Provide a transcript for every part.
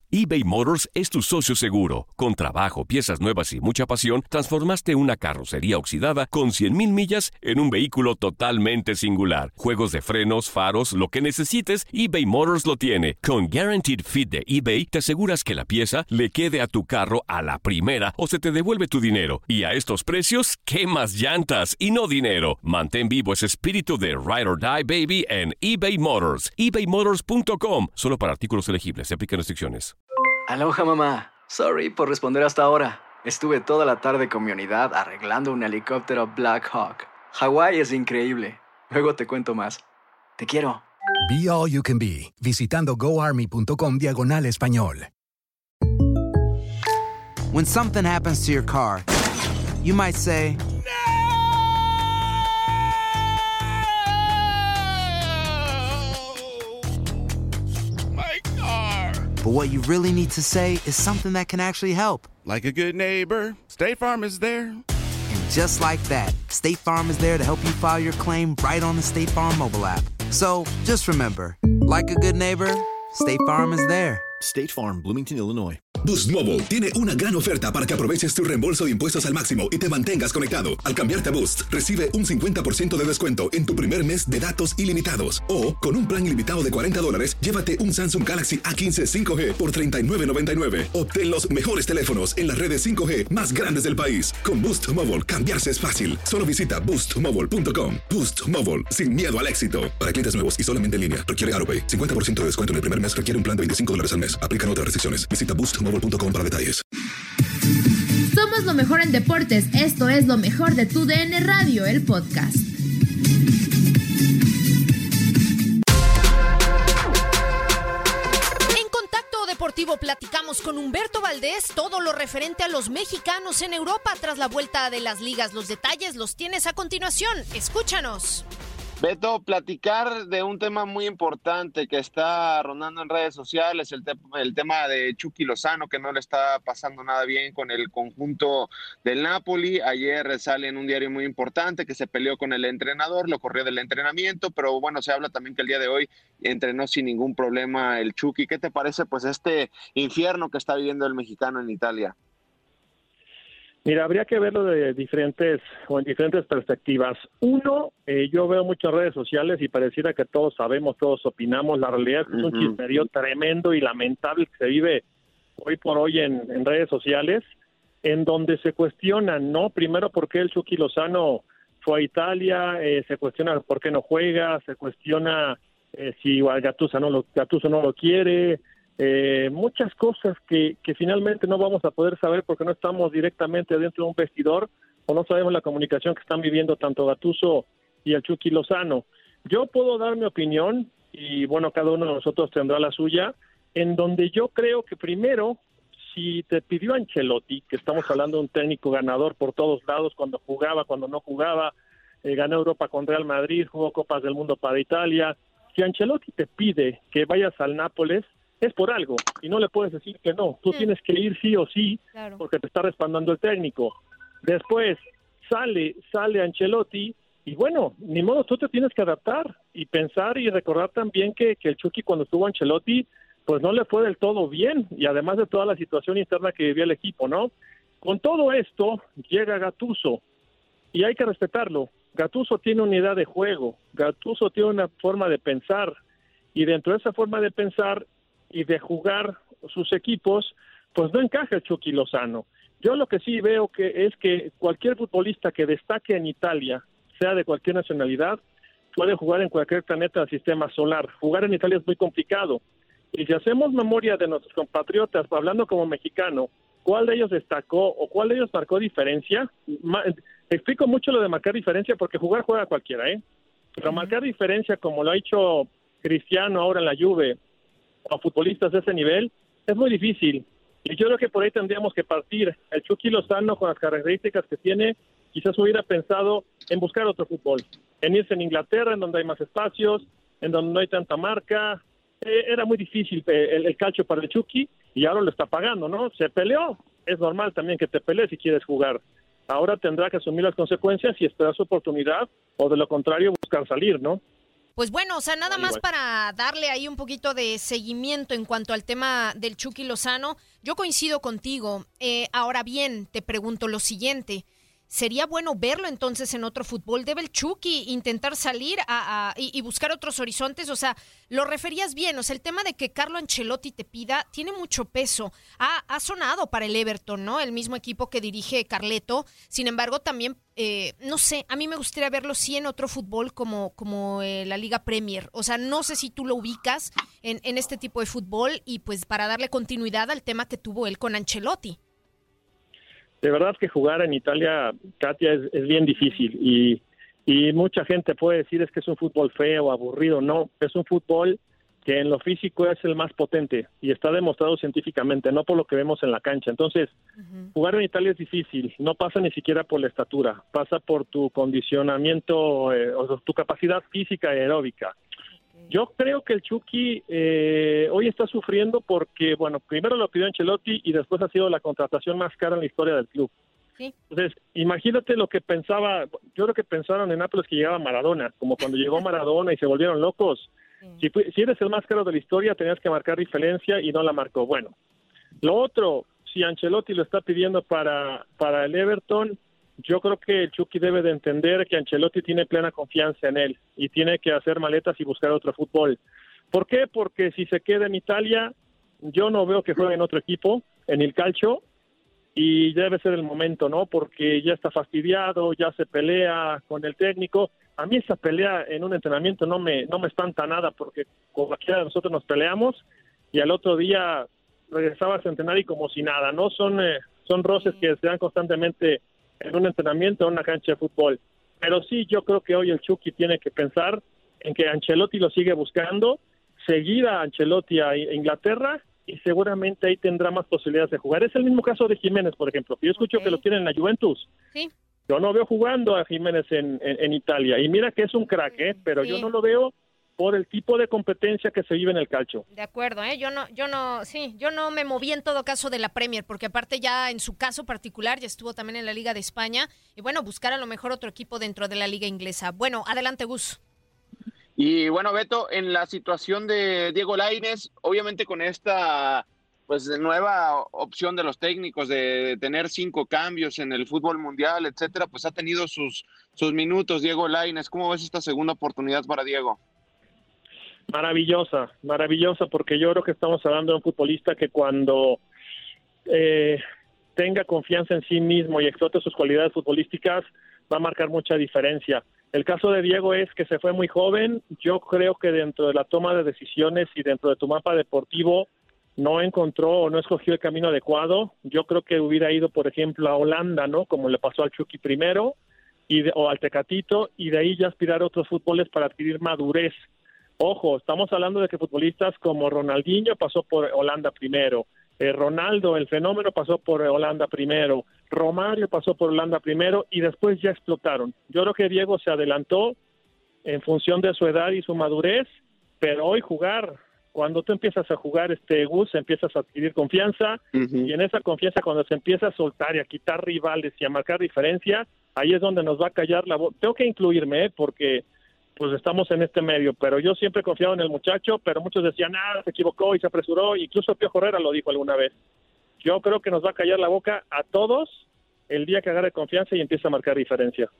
eBay Motors es tu socio seguro. Con trabajo, piezas nuevas y mucha pasión, transformaste una carrocería oxidada con 100,000 millas en un vehículo totalmente singular. Juegos de frenos, faros, lo que necesites, eBay Motors lo tiene. Con Guaranteed Fit de eBay, te aseguras que la pieza le quede a tu carro a la primera o se te devuelve tu dinero. Y a estos precios, ¿qué más llantas y no dinero? Mantén vivo ese espíritu de Ride or Die, baby, en eBay Motors. ebaymotors.com. Solo para artículos elegibles. Se aplican restricciones. Aloha, mamá. Sorry por responder hasta ahora. Estuve toda la tarde con mi unidad arreglando un helicóptero Black Hawk. Hawái es increíble. Luego te cuento más. Te quiero. Be All You Can Be, visitando goarmy.com/español. When something happens to your car, you might say, but what you really need to say is something that can actually help. Like a good neighbor, State Farm is there. And just like that, State Farm is there to help you file your claim right on the State Farm mobile app. So just remember, like a good neighbor, State Farm is there. State Farm, Bloomington, Illinois. Boost Mobile tiene una gran oferta para que aproveches tu reembolso de impuestos al máximo y te mantengas conectado. Al cambiarte a Boost, recibe un 50% de descuento en tu primer mes de datos ilimitados. O, con un plan ilimitado de $40, llévate un Samsung Galaxy A15 5G por $39.99. Obtén los mejores teléfonos en las redes 5G más grandes del país. Con Boost Mobile, cambiarse es fácil. Solo visita boostmobile.com. Boost Mobile, sin miedo al éxito. Para clientes nuevos y solamente en línea, requiere AroPay. 50% de descuento en el primer mes requiere un plan de $25 al mes. Aplican otras restricciones. Visita boostmobile.com para detalles. Somos lo mejor en deportes. Esto es lo mejor de tu DN Radio, el podcast. En Contacto Deportivo platicamos con Humberto Valdés todo lo referente a los mexicanos en Europa tras la vuelta de las ligas. Los detalles los tienes a continuación. Escúchanos. Beto, platicar de un tema muy importante que está rondando en redes sociales, el tema de Chucky Lozano, que no le está pasando nada bien con el conjunto del Napoli. Ayer sale en un diario muy importante que se peleó con el entrenador, lo corrió del entrenamiento, pero bueno, se habla también que el día de hoy entrenó sin ningún problema el Chucky. ¿Qué te parece pues este infierno que está viviendo el mexicano en Italia? Mira, habría que verlo en diferentes perspectivas. Uno, yo veo muchas redes sociales y pareciera que todos sabemos, todos opinamos. La realidad es que es un chismerío tremendo y lamentable que se vive hoy por hoy en redes sociales, en donde se cuestionan, ¿no? Primero, ¿por qué el Chucky Lozano fue a Italia? Se cuestiona por qué no juega, se cuestiona si Gattuso no lo quiere. Muchas cosas que finalmente no vamos a poder saber porque no estamos directamente dentro de un vestidor o no sabemos la comunicación que están viviendo tanto Gattuso y el Chucky Lozano. Yo puedo dar mi opinión y bueno, cada uno de nosotros tendrá la suya, en donde yo creo que primero, si te pidió Ancelotti, que estamos hablando de un técnico ganador por todos lados, cuando jugaba, cuando no jugaba, ganó Europa con Real Madrid, jugó Copas del Mundo para Italia, si Ancelotti te pide que vayas al Nápoles, es por algo, y no le puedes decir que no. Tú tienes que ir sí o sí, claro, porque te está respaldando el técnico. Después sale Ancelotti, y bueno, ni modo, tú te tienes que adaptar y pensar y recordar también que el Chucky cuando estuvo Ancelotti, pues no le fue del todo bien, y además de toda la situación interna que vivía el equipo, ¿no? Con todo esto, llega Gattuso, y hay que respetarlo. Gattuso tiene una idea de juego, Gattuso tiene una forma de pensar, y dentro de esa forma de pensar y de jugar sus equipos, pues no encaja el Chucky Lozano. Yo lo que sí veo es que cualquier futbolista que destaque en Italia, sea de cualquier nacionalidad, puede jugar en cualquier planeta del sistema solar. Jugar en Italia es muy complicado. Y si hacemos memoria de nuestros compatriotas, hablando como mexicano, ¿cuál de ellos destacó o cuál de ellos marcó diferencia? Explico mucho lo de marcar diferencia porque juega cualquiera, pero marcar diferencia como lo ha hecho Cristiano ahora en la Juve, a futbolistas de ese nivel, es muy difícil. Y yo creo que por ahí tendríamos que partir. El Chucky Lozano, con las características que tiene, quizás hubiera pensado en buscar otro fútbol, en irse en Inglaterra, en donde hay más espacios, en donde no hay tanta marca. Era muy difícil el calcio para el Chucky, y ahora lo está pagando, ¿no? Se peleó, es normal también que te pelees si quieres jugar. Ahora tendrá que asumir las consecuencias y esperar su oportunidad, o de lo contrario buscar salir, ¿no? Pues bueno, o sea, nada más para darle ahí un poquito de seguimiento en cuanto al tema del Chucky Lozano, yo coincido contigo. Ahora bien, te pregunto lo siguiente. ¿Sería bueno verlo entonces en otro fútbol? ¿Debe el Chucky intentar salir y buscar otros horizontes? O sea, lo referías bien, o sea, el tema de que Carlo Ancelotti te pida tiene mucho peso. Ha sonado para el Everton, ¿no? El mismo equipo que dirige Carleto. Sin embargo, también, no sé, a mí me gustaría verlo sí en otro fútbol como la Liga Premier. O sea, no sé si tú lo ubicas en este tipo de fútbol y pues para darle continuidad al tema que tuvo él con Ancelotti. De verdad que jugar en Italia, Katia, es bien difícil y mucha gente puede decir es que es un fútbol feo, aburrido. No, es un fútbol que en lo físico es el más potente y está demostrado científicamente, no por lo que vemos en la cancha. Entonces, jugar en Italia es difícil, no pasa ni siquiera por la estatura, pasa por tu condicionamiento o tu capacidad física y aeróbica. Yo creo que el Chucky hoy está sufriendo porque, bueno, primero lo pidió Ancelotti y después ha sido la contratación más cara en la historia del club. Sí. Entonces, imagínate lo que pensaba, yo creo que pensaron en Nápoles que llegaba Maradona, como cuando llegó Maradona y se volvieron locos. Sí. Si eres el más caro de la historia, tenías que marcar diferencia y no la marcó. Bueno, lo otro, si Ancelotti lo está pidiendo para el Everton, yo creo que el Chucky debe de entender que Ancelotti tiene plena confianza en él y tiene que hacer maletas y buscar otro fútbol. ¿Por qué? Porque si se queda en Italia, yo no veo que juegue en otro equipo, en el calcio, y debe ser el momento, ¿no? Porque ya está fastidiado, ya se pelea con el técnico. A mí esa pelea en un entrenamiento no me espanta nada, porque cualquiera de nosotros nos peleamos y al otro día regresabas a entrenar y como si nada, ¿no? Son roces que se dan constantemente en un entrenamiento, en una cancha de fútbol. Pero sí, yo creo que hoy el Chucky tiene que pensar en que Ancelotti lo sigue buscando, seguir a Ancelotti a Inglaterra y seguramente ahí tendrá más posibilidades de jugar. Es el mismo caso de Jiménez, por ejemplo, que yo escucho que lo tienen en la Juventus. Sí. Yo no veo jugando a Jiménez en Italia. Y mira que es un crack, pero yo no lo veo por el tipo de competencia que se vive en el calcio. De acuerdo, yo no me moví en todo caso de la Premier, porque aparte ya en su caso particular ya estuvo también en la Liga de España, y bueno, buscar a lo mejor otro equipo dentro de la Liga Inglesa. Bueno, adelante, Gus. Y bueno, Beto, en la situación de Diego Lainez, obviamente con esta pues nueva opción de los técnicos de tener 5 cambios en el fútbol mundial, etcétera, pues ha tenido sus minutos Diego Lainez. ¿Cómo ves esta segunda oportunidad para Diego? Maravillosa, porque yo creo que estamos hablando de un futbolista que cuando tenga confianza en sí mismo y explote sus cualidades futbolísticas va a marcar mucha diferencia. El caso de Diego es que se fue muy joven. Yo creo que dentro de la toma de decisiones y dentro de tu mapa deportivo no encontró o no escogió el camino adecuado. Yo creo que hubiera ido, por ejemplo, a Holanda, ¿no? Como le pasó al Chucky primero, o al Tecatito, y de ahí ya aspirar a otros fútboles para adquirir madurez. Ojo, estamos hablando de que futbolistas como Ronaldinho pasó por Holanda primero, Ronaldo, el fenómeno, pasó por Holanda primero, Romario pasó por Holanda primero y después ya explotaron. Yo creo que Diego se adelantó en función de su edad y su madurez, pero hoy cuando tú empiezas a jugar, Gus, empiezas a adquirir confianza, y en esa confianza cuando se empieza a soltar y a quitar rivales y a marcar diferencia, ahí es donde nos va a callar la voz. Tengo que incluirme, porque pues estamos en este medio, pero yo siempre he confiado en el muchacho, pero muchos decían, se equivocó y se apresuró, incluso Piojo Herrera lo dijo alguna vez. Yo creo que nos va a callar la boca a todos el día que agarre confianza y empiece a marcar diferencia.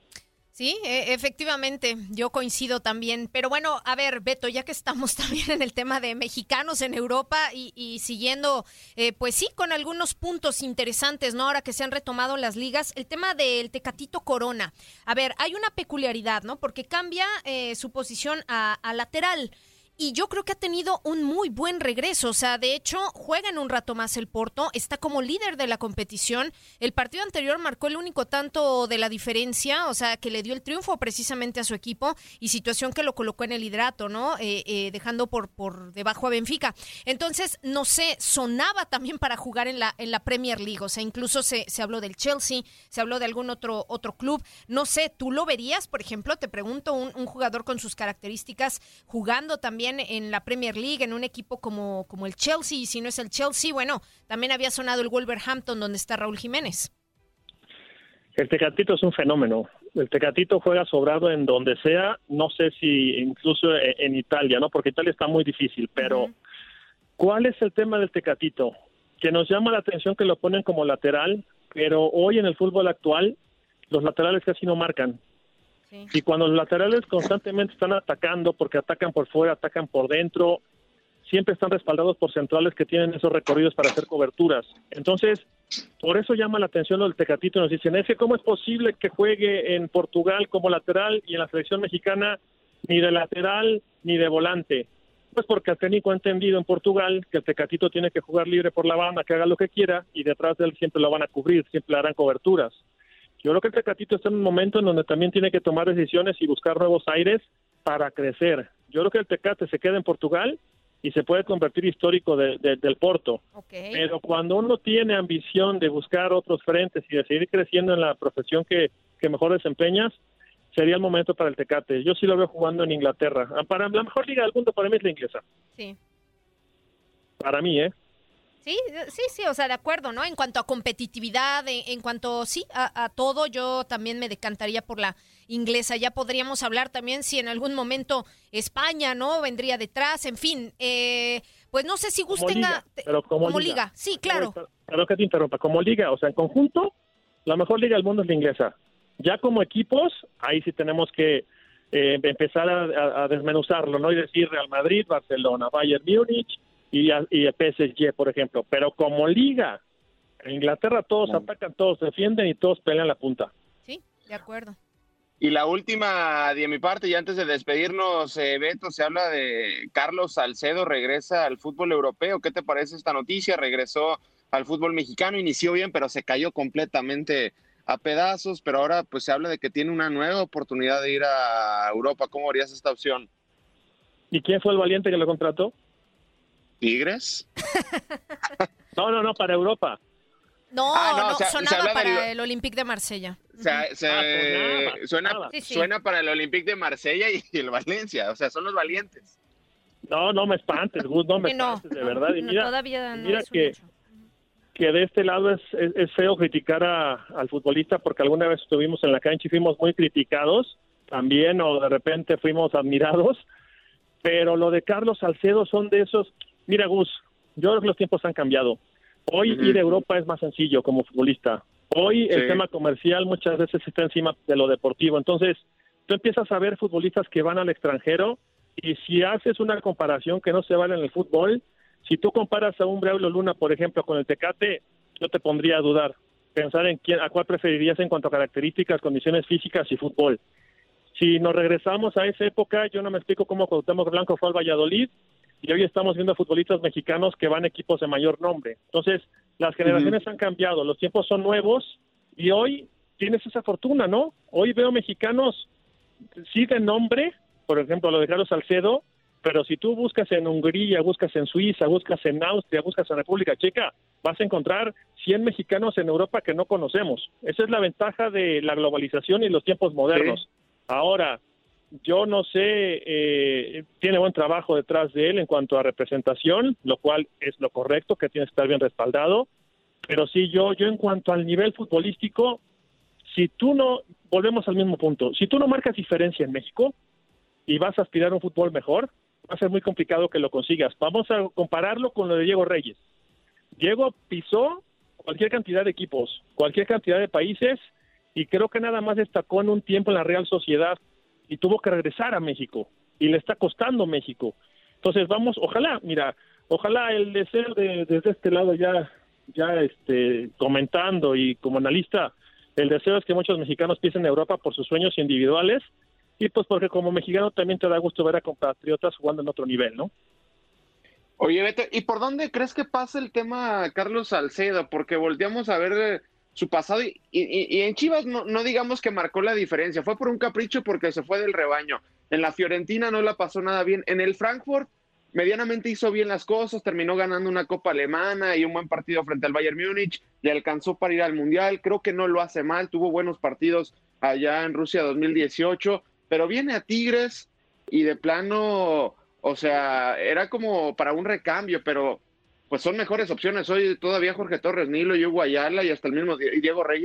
Sí, efectivamente, yo coincido también. Pero bueno, a ver, Beto, ya que estamos también en el tema de mexicanos en Europa y siguiendo, pues sí, con algunos puntos interesantes, ¿no? Ahora que se han retomado las ligas, el tema del Tecatito Corona. A ver, hay una peculiaridad, ¿no? Porque cambia su posición a lateral. Y yo creo que ha tenido un muy buen regreso. O sea, de hecho, juega en un rato más el Porto, está como líder de la competición. El partido anterior marcó el único tanto de la diferencia, o sea, que le dio el triunfo precisamente a su equipo y situación que lo colocó en el liderato, ¿no? Dejando por debajo a Benfica. Entonces, no sé, sonaba también para jugar en la Premier League. O sea, incluso se habló del Chelsea, se habló de algún otro club. No sé, ¿tú lo verías, por ejemplo? Te pregunto, un jugador con sus características jugando también en la Premier League, en un equipo como el Chelsea, y si no es el Chelsea, bueno, también había sonado el Wolverhampton, donde está Raúl Jiménez. El Tecatito es un fenómeno, el Tecatito juega sobrado en donde sea, no sé si incluso en Italia, ¿no? Porque Italia está muy difícil, pero ¿cuál es el tema del Tecatito? Que nos llama la atención que lo ponen como lateral, pero hoy en el fútbol actual los laterales casi no marcan. Sí. Y cuando los laterales constantemente están atacando, porque atacan por fuera, atacan por dentro, siempre están respaldados por centrales que tienen esos recorridos para hacer coberturas. Entonces, por eso llama la atención lo del Tecatito. Nos dicen, ¿cómo es posible que juegue en Portugal como lateral y en la selección mexicana ni de lateral ni de volante? Pues porque el técnico ha entendido en Portugal que el Tecatito tiene que jugar libre por la banda, que haga lo que quiera, y detrás de él siempre lo van a cubrir, siempre le harán coberturas. Yo creo que el Tecatito está en un momento en donde también tiene que tomar decisiones y buscar nuevos aires para crecer. Yo creo que el Tecate se queda en Portugal y se puede convertir histórico del Porto. Okay. Pero cuando uno tiene ambición de buscar otros frentes y de seguir creciendo en la profesión que mejor desempeñas, sería el momento para el Tecate. Yo sí lo veo jugando en Inglaterra. Para la mejor liga del mundo para mí es la inglesa. Sí. Para mí, Sí, o sea, de acuerdo, ¿no? En cuanto a competitividad, en cuanto, a todo, yo también me decantaría por la inglesa. Ya podríamos hablar también si en algún momento España, ¿no? Vendría detrás, en fin. Pues no sé si gusten como liga. Sí, claro. Pero que te interrumpa. Como liga, o sea, en conjunto, la mejor liga del mundo es la inglesa. Ya como equipos, ahí sí tenemos que empezar a desmenuzarlo, ¿no? Y decir Real Madrid, Barcelona, Bayern Múnich y el PSG, por ejemplo. Pero como liga, en Inglaterra todos atacan, todos defienden y todos pelean la punta. Sí, de acuerdo. Y la última de mi parte, y antes de despedirnos, Beto, se habla de Carlos Salcedo, regresa al fútbol europeo. ¿Qué te parece esta noticia? Regresó al fútbol mexicano, inició bien, pero se cayó completamente a pedazos, pero ahora pues se habla de que tiene una nueva oportunidad de ir a Europa. ¿Cómo verías esta opción? ¿Y quién fue el valiente que lo contrató? ¿Tigres? No, para Europa. Sonaba para el Olympique de Marsella. Suena para el Olympique de Marsella y el Valencia, o sea, son los valientes. No me espantes, Gus, no me espantes, de verdad. Y mira, todavía no mira que de este lado es feo criticar al futbolista, porque alguna vez estuvimos en la cancha y fuimos muy criticados también, o de repente fuimos admirados, pero lo de Carlos Salcedo son de esos. Mira, Gus, yo creo que los tiempos han cambiado. Hoy ir a Europa es más sencillo como futbolista. Hoy el tema comercial muchas veces está encima de lo deportivo. Entonces, tú empiezas a ver futbolistas que van al extranjero, y si haces una comparación que no se vale en el fútbol, si tú comparas a un Braulio Luna, por ejemplo, con el Tecate, yo te pondría a dudar, pensar en a cuál preferirías en cuanto a características, condiciones físicas y fútbol. Si nos regresamos a esa época, yo no me explico cómo Cuauhtémoc Blanco fue al Valladolid, y hoy estamos viendo futbolistas mexicanos que van a equipos de mayor nombre. Entonces, las generaciones han cambiado, los tiempos son nuevos, y hoy tienes esa fortuna, ¿no? Hoy veo mexicanos, sí de nombre, por ejemplo, lo de Carlos Salcedo, pero si tú buscas en Hungría, buscas en Suiza, buscas en Austria, buscas en República Checa, vas a encontrar 100 mexicanos en Europa que no conocemos. Esa es la ventaja de la globalización y los tiempos modernos. Sí. Ahora, yo no sé, tiene buen trabajo detrás de él en cuanto a representación, lo cual es lo correcto, que tiene que estar bien respaldado, pero sí, yo en cuanto al nivel futbolístico, si tú no, volvemos al mismo punto, si tú no marcas diferencia en México y vas a aspirar a un fútbol mejor, va a ser muy complicado que lo consigas. Vamos a compararlo con lo de Diego Reyes. Diego pisó cualquier cantidad de equipos, cualquier cantidad de países, y creo que nada más destacó en un tiempo en la Real Sociedad, y tuvo que regresar a México, y le está costando México. Entonces vamos, ojalá el deseo desde este lado ya comentando y como analista, el deseo es que muchos mexicanos piensen en Europa por sus sueños individuales, y pues porque como mexicano también te da gusto ver a compatriotas jugando en otro nivel, ¿no? Oye, Beto, ¿y por dónde crees que pasa el tema Carlos Salcedo? Porque volteamos a ver su pasado y en Chivas no digamos que marcó la diferencia, fue por un capricho porque se fue del rebaño. En la Fiorentina no la pasó nada bien, en el Frankfurt medianamente hizo bien las cosas, terminó ganando una Copa Alemana y un buen partido frente al Bayern Múnich, le alcanzó para ir al Mundial, creo que no lo hace mal, tuvo buenos partidos allá en Rusia 2018, pero viene a Tigres y de plano, o sea, era como para un recambio, pero pues son mejores opciones. Hoy todavía Jorge Torres Nilo y Hugo Ayala y hasta el mismo Diego Reyes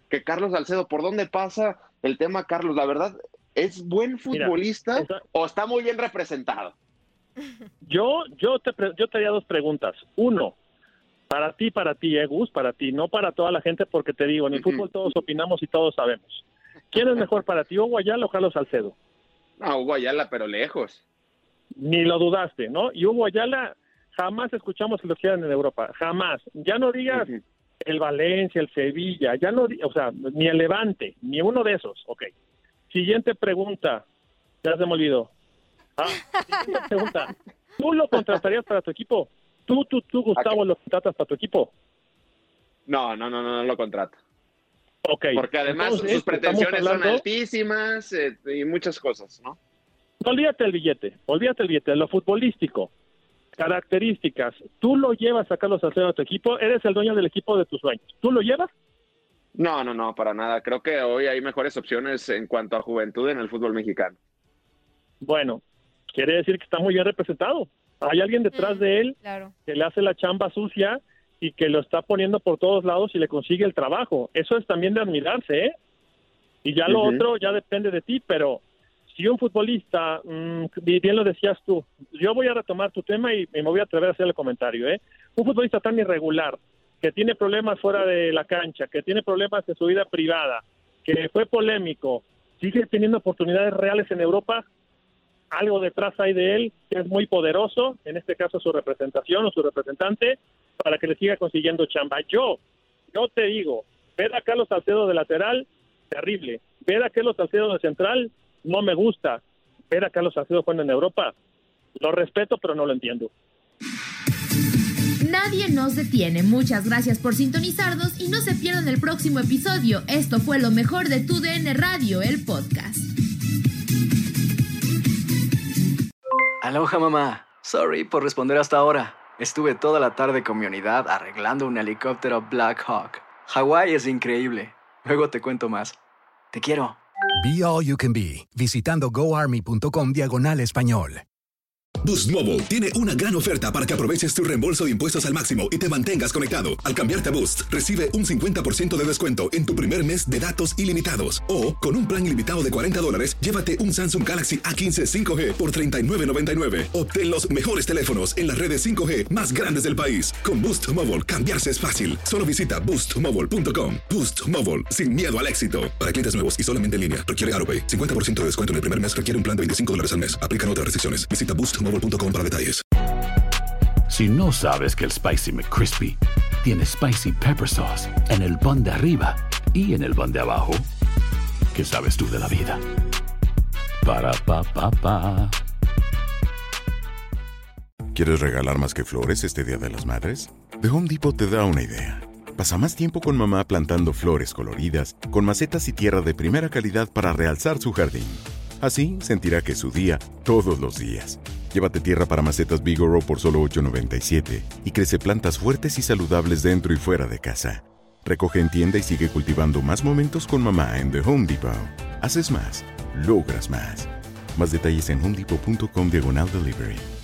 que Carlos Salcedo. ¿Por dónde pasa el tema, Carlos? La verdad, ¿es buen futbolista o está muy bien representado? Yo te haría dos preguntas. Uno, para ti, Gus, para ti, no para toda la gente, porque te digo, en el fútbol todos opinamos y todos sabemos. ¿Quién es mejor para ti, Hugo Ayala o Carlos Salcedo? No, Hugo Ayala, pero lejos. Ni lo dudaste, ¿no? Y Hugo Ayala, jamás escuchamos que lo quieran en Europa, jamás. Ya no digas el Valencia, el Sevilla, ya no, o sea, ni el Levante, ni uno de esos. Ok. Siguiente pregunta, ya se me olvidó. Siguiente pregunta. ¿Tú lo contratarías para tu equipo? ¿Tú, Gustavo, lo contratas para tu equipo? No lo contrato. Okay. Porque además entonces, sus pretensiones son altísimas y muchas cosas, ¿no? Olvídate el billete, lo futbolístico, características. ¿Tú lo llevas a Carlos Salcedo a tu equipo? ¿Eres el dueño del equipo de tus sueños? ¿Tú lo llevas? No, para nada. Creo que hoy hay mejores opciones en cuanto a juventud en el fútbol mexicano. Bueno, quiere decir que está muy bien representado. Hay alguien detrás de él que le hace la chamba sucia y que lo está poniendo por todos lados y le consigue el trabajo. Eso es también de admirarse, ¿eh? Y ya lo otro ya depende de ti, pero si un futbolista, bien lo decías tú, yo voy a retomar tu tema y me voy a atrever a hacer el comentario, ¿eh? Un futbolista tan irregular, que tiene problemas fuera de la cancha, que tiene problemas en su vida privada, que fue polémico, sigue teniendo oportunidades reales en Europa, algo detrás hay de él que es muy poderoso, en este caso su representación o su representante, para que le siga consiguiendo chamba. Yo te digo, ver a Carlos Salcedo de lateral, terrible. Ver a Carlos Salcedo de central, no me gusta. Ver a Carlos Salcedo jugando en Europa, lo respeto, pero no lo entiendo. Nadie nos detiene. Muchas gracias por sintonizarnos y no se pierdan el próximo episodio. Esto fue lo mejor de Tu DN Radio, el podcast. Aloha, mamá. Sorry por responder hasta ahora. Estuve toda la tarde con mi unidad arreglando un helicóptero Black Hawk. Hawái es increíble. Luego te cuento más. Te quiero. Be All You Can Be, visitando goarmy.com/español. Boost Mobile tiene una gran oferta para que aproveches tu reembolso de impuestos al máximo y te mantengas conectado. Al cambiarte a Boost, recibe un 50% de descuento en tu primer mes de datos ilimitados. O, con un plan ilimitado de $40, llévate un Samsung Galaxy A15 5G por $39.99. Obtén los mejores teléfonos en las redes 5G más grandes del país. Con Boost Mobile, cambiarse es fácil. Solo visita boostmobile.com. Boost Mobile, sin miedo al éxito. Para clientes nuevos y solamente en línea, requiere AutoPay. 50% de descuento en el primer mes requiere un plan de $25 al mes. Aplican otras restricciones. Visita boostmobile.com para detalles. Si no sabes que el Spicy McCrispy tiene Spicy Pepper Sauce en el pan de arriba y en el pan de abajo, ¿qué sabes tú de la vida? Para, pa, pa, pa. ¿Quieres regalar más que flores este Día de las Madres? The Home Depot te da una idea. Pasa más tiempo con mamá plantando flores coloridas, con macetas y tierra de primera calidad para realzar su jardín. Así sentirá que es su día todos los días. Llévate tierra para macetas Vigoro por solo $8.97 y crece plantas fuertes y saludables dentro y fuera de casa. Recoge en tienda y sigue cultivando más momentos con mamá en The Home Depot. Haces más, logras más. Más detalles en homedepot.com/delivery.